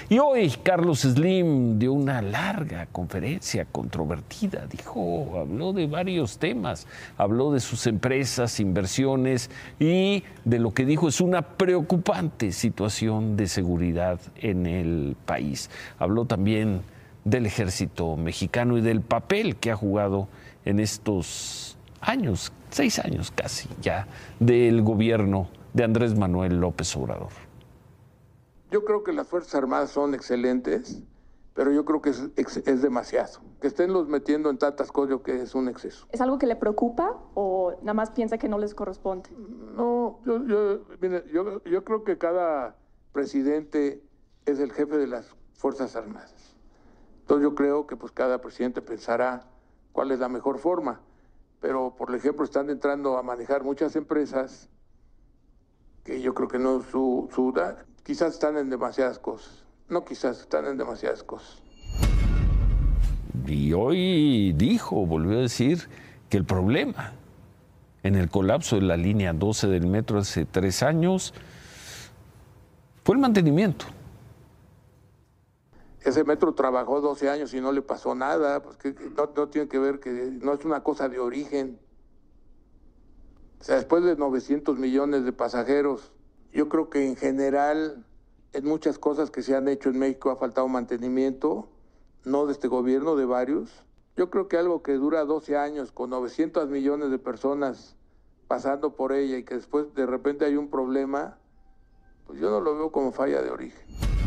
Y hoy Carlos Slim dio una larga conferencia controvertida, habló de varios temas, habló de sus empresas, inversiones y de lo que dijo es una preocupante situación de seguridad en el país. Habló también del ejército mexicano y del papel que ha jugado en estos años, 6 años casi ya, del gobierno de Andrés Manuel López Obrador. Yo creo que las Fuerzas Armadas son excelentes, pero yo creo que es demasiado. Que estén los metiendo en tantas cosas, yo creo que es un exceso. ¿Es algo que le preocupa o nada más piensa que no les corresponde? No, yo creo que cada presidente es el jefe de las Fuerzas Armadas. Entonces yo creo que pues cada presidente pensará cuál es la mejor forma. Pero, por ejemplo, están entrando a manejar muchas empresas que yo creo que no quizás están en demasiadas cosas. No quizás, están en demasiadas cosas. Y hoy volvió a decir que el problema en el colapso de la línea 12 del metro hace 3 años fue el mantenimiento. Ese metro trabajó 12 años y no le pasó nada, pues que no tiene que ver, que no es una cosa de origen. O sea, después de 900 millones de pasajeros, yo creo que en general, en muchas cosas que se han hecho en México ha faltado mantenimiento, no de este gobierno, de varios. Yo creo que algo que dura 12 años con 900 millones de personas pasando por ella y que después de repente hay un problema, pues yo no lo veo como falla de origen.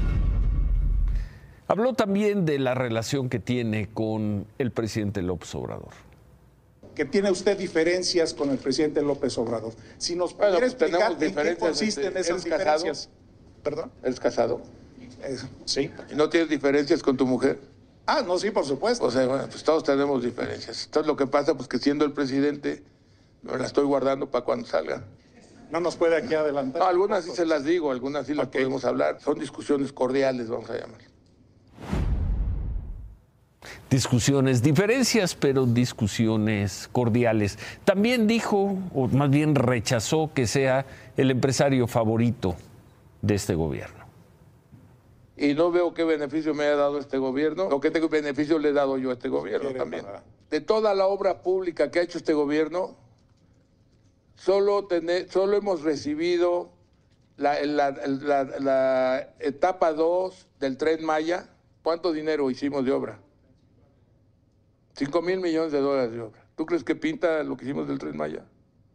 Habló también de la relación que tiene con el presidente López Obrador. Que tiene usted diferencias con el presidente López Obrador. Si nos pudiera explicar en qué consisten esas diferencias. ¿Perdón? ¿Eres casado? Sí. ¿Y no tienes diferencias con tu mujer? No, sí, por supuesto. O sea, bueno, pues todos tenemos diferencias. Entonces lo que pasa, pues que siendo el presidente, me la estoy guardando para cuando salga. No nos puede aquí adelantar. No, algunas sí se las digo, algunas sí las podemos hablar. Son discusiones cordiales, vamos a llamar. Discusiones, diferencias, pero discusiones cordiales. También dijo, o más bien rechazó que sea el empresario favorito de este gobierno. Y no veo qué beneficio me ha dado este gobierno, o qué beneficio le he dado yo a este gobierno también. De toda la obra pública que ha hecho este gobierno, solo hemos recibido la etapa 2 del Tren Maya. ¿Cuánto dinero hicimos de obra? 5,000 millones de dólares de obra. ¿Tú crees que pinta lo que hicimos del Tren Maya?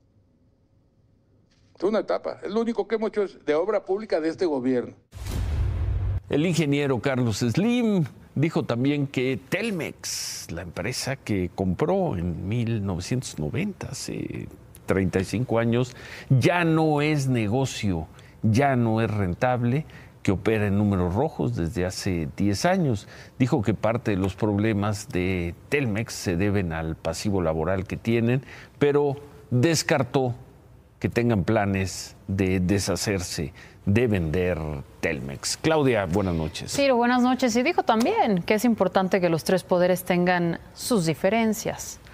Es una etapa. Es lo único que hemos hecho de obra pública de este gobierno. El ingeniero Carlos Slim dijo también que Telmex, la empresa que compró en 1990, hace 35 años, ya no es negocio, ya no es rentable, que opera en números rojos desde hace 10 años. Dijo que parte de los problemas de Telmex se deben al pasivo laboral que tienen, pero descartó que tengan planes de deshacerse, de vender Telmex. Claudia, buenas noches. Ciro, buenas noches. Y dijo también que es importante que los 3 poderes tengan sus diferencias.